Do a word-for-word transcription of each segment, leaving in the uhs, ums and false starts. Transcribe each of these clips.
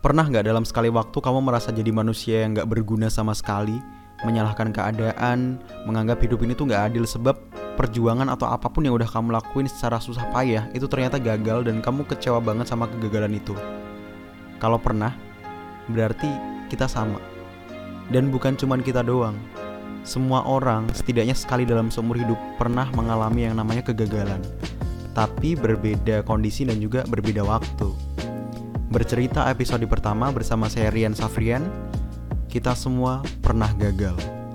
Pernah gak dalam sekali waktu kamu merasa jadi manusia yang gak berguna sama sekali, menyalahkan keadaan, menganggap hidup ini tuh gak adil sebab perjuangan atau apapun yang udah kamu lakuin secara susah payah itu ternyata gagal dan kamu kecewa banget sama kegagalan itu? Kalau pernah, berarti kita sama. Dan bukan cuman kita doang. Semua orang setidaknya sekali dalam seumur hidup pernah mengalami yang namanya kegagalan. Tapi berbeda kondisi dan juga berbeda waktu. Bercerita episode pertama bersama saya Rian Safrian. Kita semua pernah gagal.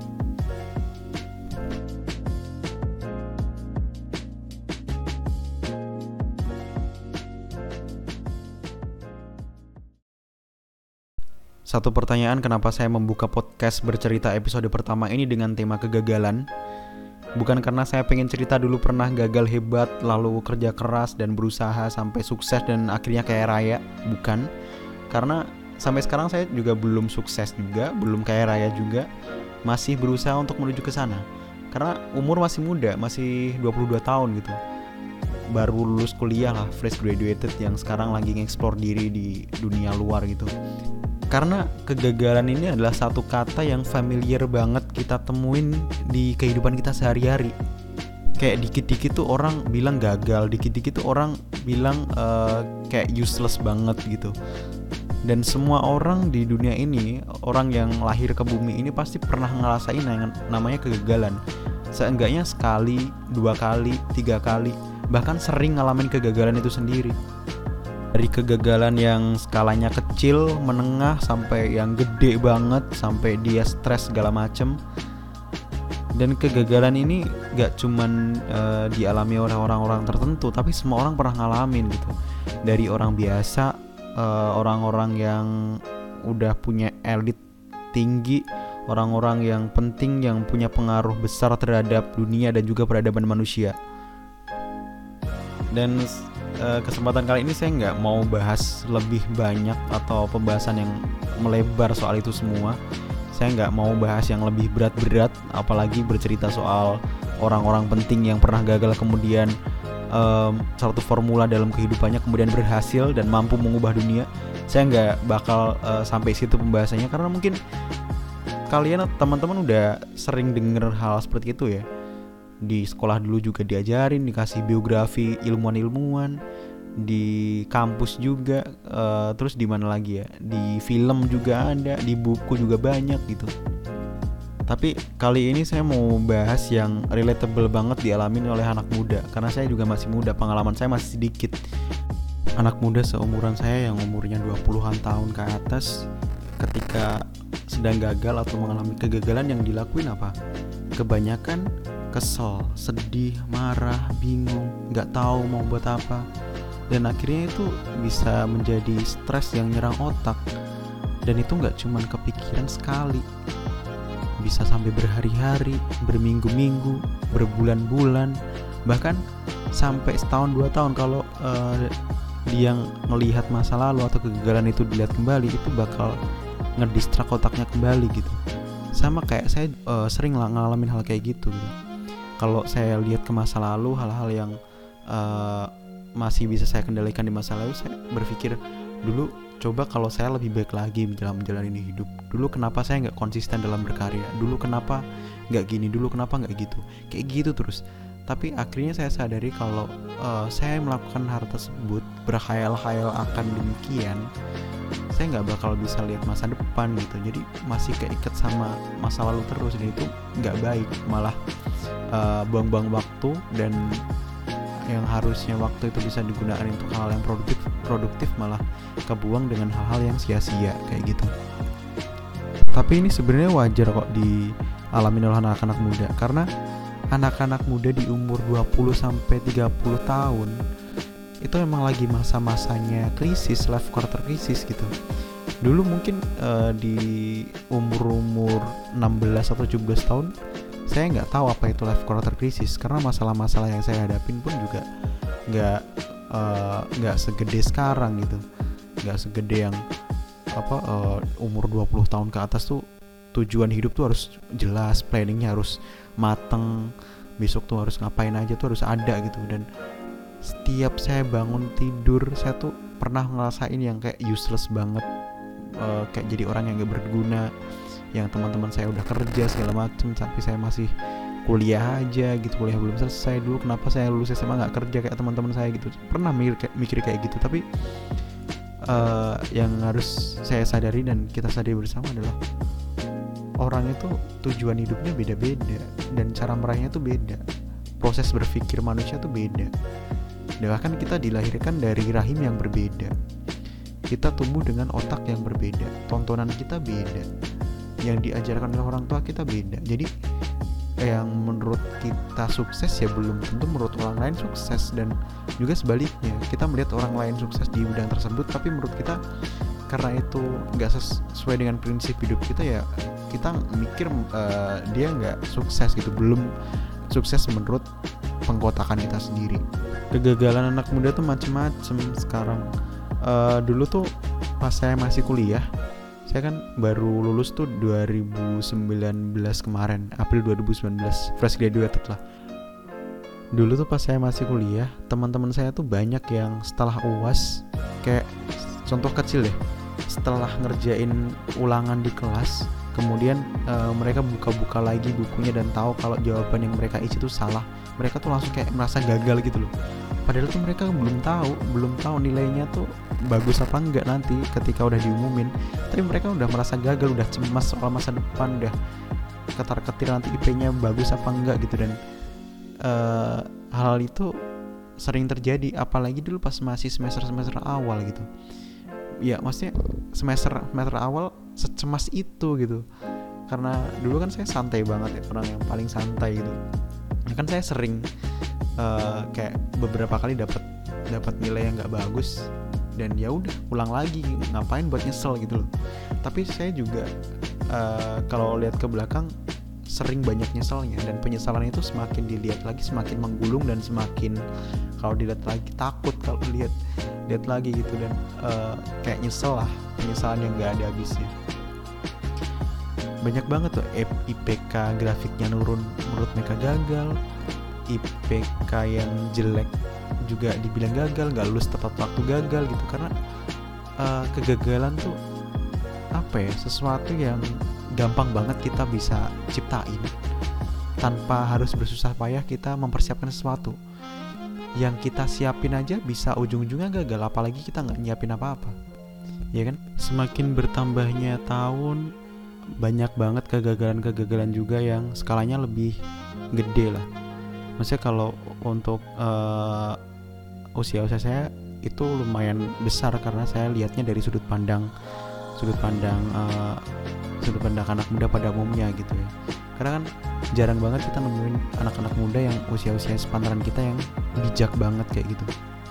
Satu pertanyaan kenapa saya membuka podcast bercerita episode pertama ini dengan tema kegagalan. Bukan karena saya pengen cerita dulu pernah gagal hebat, lalu kerja keras dan berusaha sampai sukses dan akhirnya kaya raya. Bukan. Karena sampai sekarang saya juga belum sukses juga, belum kaya raya juga. Masih berusaha untuk menuju ke sana. Karena umur masih muda, masih dua puluh dua tahun gitu. Baru lulus kuliah lah, fresh graduated yang sekarang lagi nge-explore diri di dunia luar gitu. Karena kegagalan ini adalah satu kata yang familiar banget kita temuin di kehidupan kita sehari-hari. Kayak dikit-dikit tuh orang bilang gagal, dikit-dikit tuh orang bilang uh, kayak useless banget gitu. Dan semua orang di dunia ini, orang yang lahir ke bumi ini pasti pernah ngerasain yang namanya kegagalan. Seenggaknya sekali, dua kali, tiga kali, bahkan sering ngalamin kegagalan itu sendiri. Dari kegagalan yang skalanya kecil, menengah, sampai yang gede banget, sampai dia stres segala macem. Dan kegagalan ini gak cuman uh, dialami oleh orang-orang tertentu, tapi semua orang pernah ngalamin gitu. Dari orang biasa, uh, orang-orang yang udah punya elit tinggi, orang-orang yang penting, yang punya pengaruh besar terhadap dunia dan juga peradaban manusia. Dan Uh, kesempatan kali ini saya nggak mau bahas lebih banyak atau pembahasan yang melebar soal itu semua. Saya nggak mau bahas yang lebih berat-berat, apalagi bercerita soal orang-orang penting yang pernah gagal kemudian um, satu formula dalam kehidupannya kemudian berhasil dan mampu mengubah dunia. Saya nggak bakal uh, sampai situ pembahasannya karena mungkin kalian teman-teman udah sering denger hal seperti itu ya. Di sekolah dulu juga diajarin, dikasih biografi ilmuwan-ilmuwan, di kampus juga, uh, terus di mana lagi ya, di film juga ada, di buku juga banyak gitu. Tapi kali ini saya mau bahas yang relatable banget dialamin oleh anak muda, karena saya juga masih muda, pengalaman saya masih sedikit. Anak muda seumuran saya yang umurnya dua puluhan tahun ke atas, ketika sedang gagal atau mengalami kegagalan, yang dilakuin apa? Kebanyakan kesel, sedih, marah, bingung, gak tahu mau buat apa. Dan akhirnya itu bisa menjadi stres yang nyerang otak. Dan itu gak cuman kepikiran sekali, bisa sampai berhari-hari, berminggu-minggu, berbulan-bulan, bahkan sampai setahun dua tahun. Kalau uh, dia ngelihat masa lalu atau kegagalan itu dilihat kembali, itu bakal ngedistrak otaknya kembali gitu. Sama kayak saya uh, sering lah ngalamin hal kayak gitu gitu. Kalau saya lihat ke masa lalu, hal-hal yang uh, masih bisa saya kendalikan di masa lalu, saya berpikir dulu, coba kalau saya lebih baik lagi dalam menjalani hidup. Dulu kenapa saya nggak konsisten dalam berkarya? Dulu kenapa nggak gini? Dulu kenapa nggak gitu? Kayak gitu terus. Tapi akhirnya saya sadari kalau uh, saya melakukan hal tersebut, berkhayal-khayal akan demikian, saya nggak bakal bisa lihat masa depan gitu. Jadi masih keikat sama masa lalu terus, dan itu nggak baik, malah Uh, buang-buang waktu, dan yang harusnya waktu itu bisa digunakan untuk hal yang produktif, produktif malah kebuang dengan hal-hal yang sia-sia kayak gitu. Tapi ini sebenarnya wajar kok dialami oleh anak-anak muda, karena anak-anak muda di umur dua puluh sampai tiga puluh tahun itu emang lagi masa-masanya krisis, life quarter krisis gitu. Dulu mungkin uh, di umur-umur enam belas atau tujuh belas tahun saya nggak tahu apa itu life quarter crisis, karena masalah-masalah yang saya hadapin pun juga nggak nggak uh, segede sekarang gitu, nggak segede yang apa uh, umur dua puluh tahun ke atas tuh tujuan hidup tuh harus jelas, planningnya harus mateng, besok tuh harus ngapain aja tuh harus ada gitu. Dan setiap saya bangun tidur, saya tuh pernah ngerasain yang kayak useless banget, uh, kayak jadi orang yang gak berguna, yang teman-teman saya udah kerja segala macem tapi saya masih kuliah aja gitu, kuliah belum selesai. Dulu kenapa saya lulus S M A nggak kerja kayak teman-teman saya gitu, pernah mikir mikir kayak gitu. Tapi uh, yang harus saya sadari dan kita sadari bersama adalah orang itu tujuan hidupnya beda-beda dan cara meraihnya tuh beda, proses berpikir manusia tuh beda. Dan bahkan kita dilahirkan dari rahim yang berbeda, kita tumbuh dengan otak yang berbeda, tontonan kita beda, yang diajarkan oleh orang tua kita beda. Jadi yang menurut kita sukses ya belum tentu menurut orang lain sukses, dan juga sebaliknya, kita melihat orang lain sukses di bidang tersebut tapi menurut kita karena itu nggak sesuai dengan prinsip hidup kita, ya kita mikir uh, dia nggak sukses gitu, belum sukses menurut pengkotakan kita sendiri. Kegagalan anak muda tuh macem-macem sekarang. Uh, dulu tuh pas saya masih kuliah, saya kan baru lulus tuh dua ribu sembilan belas kemarin, April dua ribu sembilan belas, fresh graduated lah. Dulu tuh pas saya masih kuliah, teman-teman saya tuh banyak yang setelah U A S, kayak contoh kecil deh, setelah ngerjain ulangan di kelas, kemudian uh, mereka buka-buka lagi bukunya dan tahu kalau jawaban yang mereka isi itu salah, mereka tuh langsung kayak merasa gagal gitu loh. Padahal tuh mereka belum tahu, belum tahu nilainya tuh bagus apa enggak nanti ketika udah diumumin. Tapi mereka udah merasa gagal, udah cemas soal masa depan, udah ketar-ketir nanti I P-nya bagus apa enggak gitu. Dan uh, hal itu sering terjadi, apalagi dulu pas masih semester-semester awal gitu. Ya maksudnya semester semester awal secemas itu gitu. Karena dulu kan saya santai banget ya, orang yang paling santai gitu. Nah, kan saya sering uh, kayak beberapa kali dapat dapat nilai yang nggak bagus, dan ya udah ulang lagi, ngapain buat nyesel gitu loh. Tapi saya juga uh, kalau lihat ke belakang sering banyak nyeselnya, dan penyesalan itu semakin dilihat lagi semakin menggulung, dan semakin kalau dilihat lagi takut kalau lihat lihat lagi gitu, dan uh, kayak nyesel lah, penyesalan yang nggak ada habisnya. Banyak banget tuh I P K grafiknya nurun, menurut mereka gagal. I P K yang jelek juga dibilang gagal, nggak lulus tepat waktu gagal gitu. Karena uh, kegagalan tuh apa ya, sesuatu yang gampang banget kita bisa ciptain tanpa harus bersusah payah kita mempersiapkan sesuatu. Yang kita siapin aja bisa ujung-ujungnya gagal, apalagi kita nggak nyiapin apa-apa, ya kan? Semakin bertambahnya tahun, banyak banget kegagalan-kegagalan juga yang skalanya lebih gede lah. Maksudnya kalau untuk uh, usia-usia saya itu lumayan besar, karena saya lihatnya dari sudut pandang sudut pandang uh, sudut pandang anak muda pada umumnya gitu ya. Karena kan jarang banget kita nemuin anak-anak muda yang usia-usia sepantaran kita yang bijak banget kayak gitu.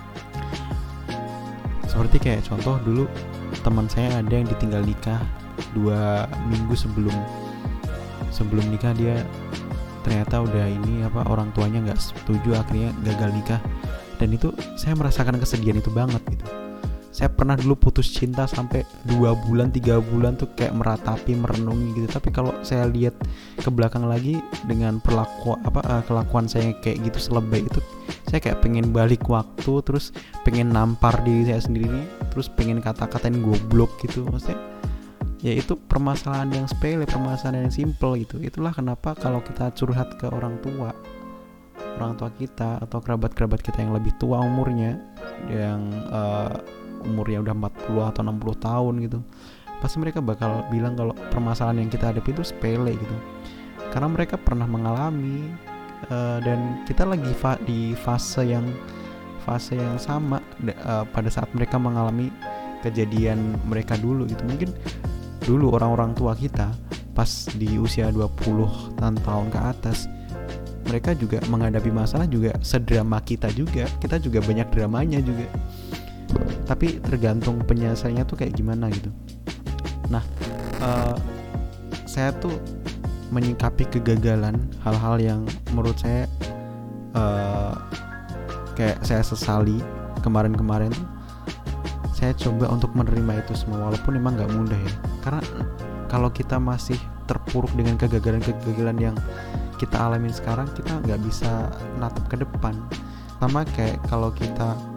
Seperti kayak contoh dulu teman saya ada yang ditinggal nikah dua minggu sebelum sebelum nikah, dia ternyata udah ini apa orang tuanya nggak setuju, akhirnya gagal nikah. Dan itu saya merasakan kesedihan itu banget gitu. Saya pernah dulu putus cinta sampai dua bulan tiga bulan tuh kayak meratapi, merenungi gitu. Tapi kalau saya lihat ke belakang lagi dengan perlaku apa uh, kelakuan saya kayak gitu selebay itu, saya kayak pengen balik waktu, terus pengen nampar diri saya sendiri, terus pengen kata-katain goblok gitu. Maksudnya ya itu permasalahan yang sepele, permasalahan yang simple gitu. Itulah kenapa kalau kita curhat ke orang tua orang tua kita atau kerabat-kerabat kita yang lebih tua umurnya, yang uh, umurnya udah empat puluh atau enam puluh tahun gitu, pasti mereka bakal bilang kalau permasalahan yang kita hadapi itu sepele gitu. Karena mereka pernah mengalami uh, dan kita lagi fa- di fase yang fase yang sama uh, pada saat mereka mengalami kejadian mereka dulu gitu. Mungkin dulu orang-orang tua kita pas di usia dua puluh tahun ke atas, mereka juga menghadapi masalah juga sedrama kita juga. Kita juga banyak dramanya juga. Tapi tergantung penyelesaiannya tuh kayak gimana gitu. Nah, uh, saya tuh menyikapi kegagalan, hal-hal yang menurut saya uh, kayak saya sesali kemarin-kemarin tuh, saya coba untuk menerima itu semua, walaupun emang gak mudah ya. Karena kalau kita masih terpuruk dengan kegagalan-kegagalan yang kita alamin sekarang, kita gak bisa natap ke depan. Sama kayak kalau kita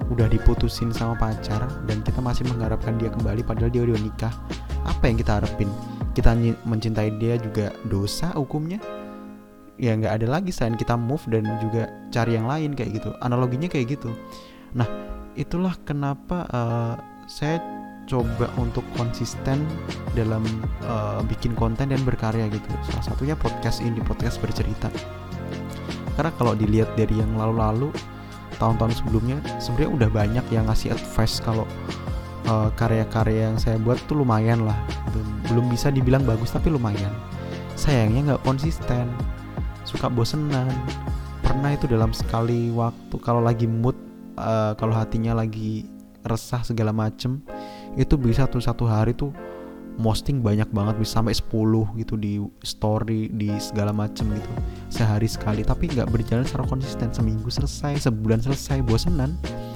udah diputusin sama pacar dan kita masih mengharapkan dia kembali padahal dia udah nikah. Apa yang kita harapin? Kita mencintai dia juga dosa hukumnya? Ya nggak ada lagi selain kita move dan juga cari yang lain kayak gitu. Analoginya kayak gitu. Nah itulah kenapa uh, saya coba untuk konsisten dalam uh, bikin konten dan berkarya gitu. Salah satunya podcast ini, podcast bercerita. Karena kalau dilihat dari yang lalu-lalu, tahun-tahun sebelumnya sebenarnya udah banyak yang ngasih advice kalau uh, karya-karya yang saya buat tuh lumayan lah gitu. Belum bisa dibilang bagus tapi lumayan. Sayangnya nggak konsisten, suka bosenan. Pernah itu dalam sekali waktu kalau lagi mood, uh, kalau hatinya lagi resah segala macem, itu bisa tuh satu hari tuh posting banyak banget, bisa sampai sepuluh gitu di story, di segala macem gitu sehari sekali, tapi nggak berjalan secara konsisten. Seminggu selesai, sebulan selesai, bosenan.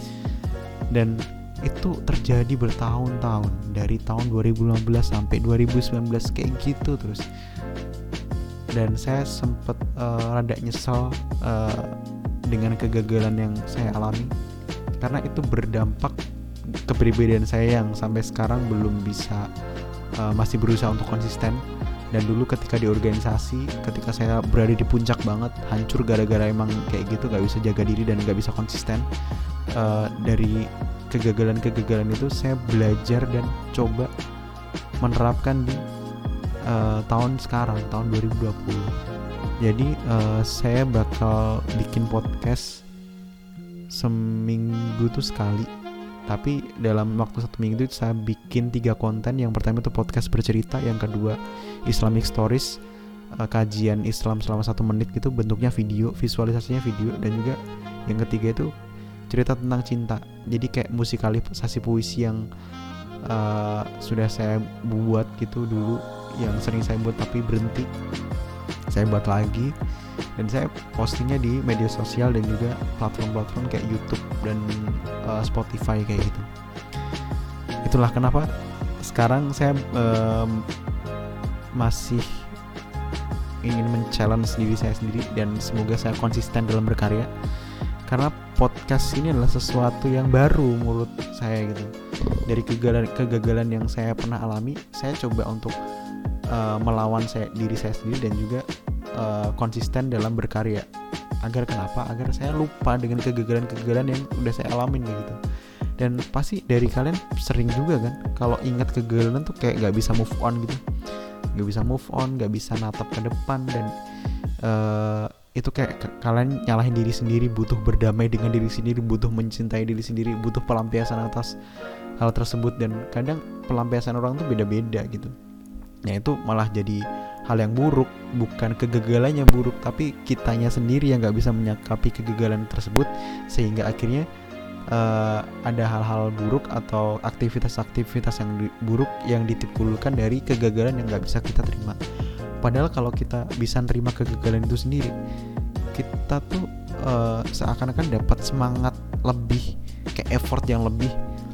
Dan itu terjadi bertahun-tahun, dari tahun dua ribu lima belas sampai dua ribu sembilan belas kayak gitu terus. Dan saya sempet uh, rada nyesel uh, dengan kegagalan yang saya alami, karena itu berdampak kepribadian saya yang sampai sekarang belum bisa, uh, masih berusaha untuk konsisten. Dan dulu ketika di organisasi, ketika saya berada di puncak banget, hancur gara-gara emang kayak gitu, gak bisa jaga diri dan gak bisa konsisten. uh, Dari kegagalan-kegagalan itu saya belajar dan coba menerapkan di uh, tahun sekarang, tahun dua ribu dua puluh. Jadi uh, saya bakal bikin podcast seminggu tuh sekali, tapi dalam waktu satu minggu itu saya bikin tiga konten. Yang pertama itu podcast bercerita, yang kedua Islamic Stories, uh, kajian Islam selama satu menit gitu, bentuknya video, visualisasinya video, dan juga yang ketiga itu cerita tentang cinta. Jadi kayak musikalisasi puisi yang uh, sudah saya buat gitu dulu, yang sering saya buat tapi berhenti, saya buat lagi. Dan saya postingnya di media sosial dan juga platform-platform kayak YouTube dan uh, Spotify kayak gitu. Itulah kenapa sekarang saya um, masih ingin men-challenge diri saya sendiri, dan semoga saya konsisten dalam berkarya. Karena podcast ini adalah sesuatu yang baru menurut saya gitu. Dari kegagalan, kegagalan yang saya pernah alami, saya coba untuk uh, melawan saya, diri saya sendiri, dan juga uh, konsisten dalam berkarya. Agar kenapa? Agar saya lupa dengan kegagalan-kegagalan yang udah saya alamin gitu. Dan pasti dari kalian sering juga kan, kalau ingat kegagalan tuh kayak gak bisa move on gitu. Gak bisa move on, gak bisa natap ke depan. Dan uh, itu kayak k- kalian nyalahin diri sendiri, butuh berdamai dengan diri sendiri, butuh mencintai diri sendiri, butuh pelampiasan atas hal tersebut. Dan kadang pelampiasan orang tuh beda-beda gitu. Nah itu malah jadi hal yang buruk, bukan kegagalannya buruk, tapi kitanya sendiri yang gak bisa menyikapi kegagalan tersebut, sehingga akhirnya uh, ada hal-hal buruk atau aktivitas-aktivitas yang di- buruk yang ditimbulkan dari kegagalan yang gak bisa kita terima. Padahal kalau kita bisa nerima kegagalan itu sendiri, kita tuh uh, seakan-akan dapat semangat lebih, kayak effort yang lebih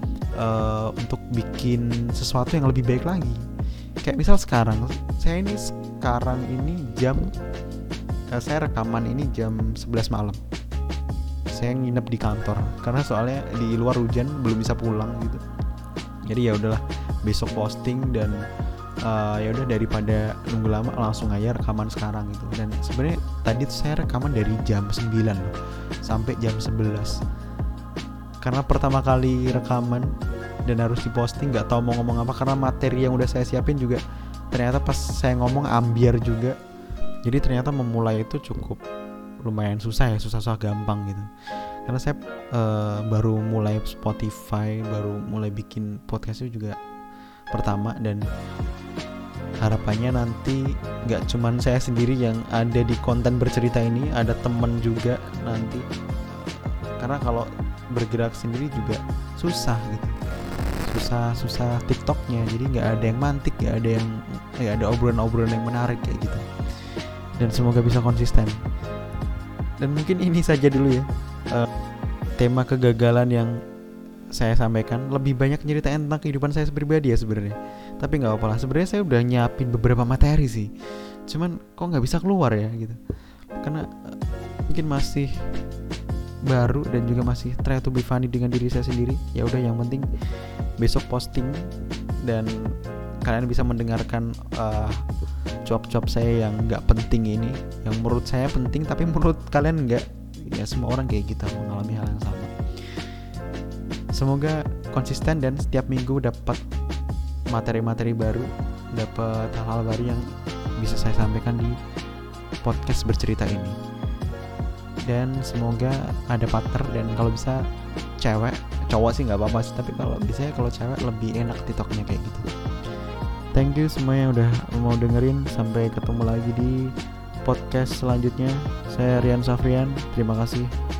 uh, untuk bikin sesuatu yang lebih baik lagi. Kayak misal sekarang, saya ini sekarang ini jam, uh, saya rekaman ini jam sebelas malam. Saya nginep di kantor karena soalnya di luar hujan, belum bisa pulang gitu. Jadi ya udahlah, besok posting. Dan Uh, ya udah daripada nunggu lama, langsung aja rekaman sekarang gitu. Dan sebenarnya tadi tuh saya rekaman dari jam sembilan loh, sampai jam sebelas. Karena pertama kali rekaman dan harus diposting, nggak tahu mau ngomong apa, karena materi yang udah saya siapin juga ternyata pas saya ngomong ambiar juga. Jadi ternyata memulai itu cukup lumayan susah ya, susah-susah gampang gitu. Karena saya uh, baru mulai Spotify, baru mulai bikin podcastnya juga pertama, dan harapannya nanti gak cuman saya sendiri yang ada di konten bercerita ini, ada temen juga nanti. Karena kalau bergerak sendiri juga susah gitu, susah-susah TikToknya, jadi gak ada yang mantik, gak ada yang gak ada obrolan-obrolan yang menarik kayak gitu. Dan semoga bisa konsisten. Dan mungkin ini saja dulu ya, uh, tema kegagalan yang saya sampaikan. Lebih banyak nyeritain tentang kehidupan saya pribadi ya sebenarnya, tapi nggak apa-apa lah. Sebenarnya saya udah nyiapin beberapa materi sih, cuman kok nggak bisa keluar ya gitu, karena uh, mungkin masih baru dan juga masih try to be funny dengan diri saya sendiri. Ya udah, yang penting besok posting dan kalian bisa mendengarkan uh, cuap-cuap saya yang nggak penting ini, yang menurut saya penting tapi menurut kalian nggak. Ya semua orang kayak kita mengalami hal yang sama. Semoga konsisten dan setiap minggu dapat materi-materi baru, dapat hal-hal baru yang bisa saya sampaikan di podcast bercerita ini. Dan semoga ada partner, dan kalau bisa cewek, cowok sih nggak apa-apa sih, tapi kalau biasanya kalau cewek lebih enak TikToknya kayak gitu. Thank you semua yang udah mau dengerin. Sampai ketemu lagi di podcast selanjutnya. Saya Rian Safrian. Terima kasih.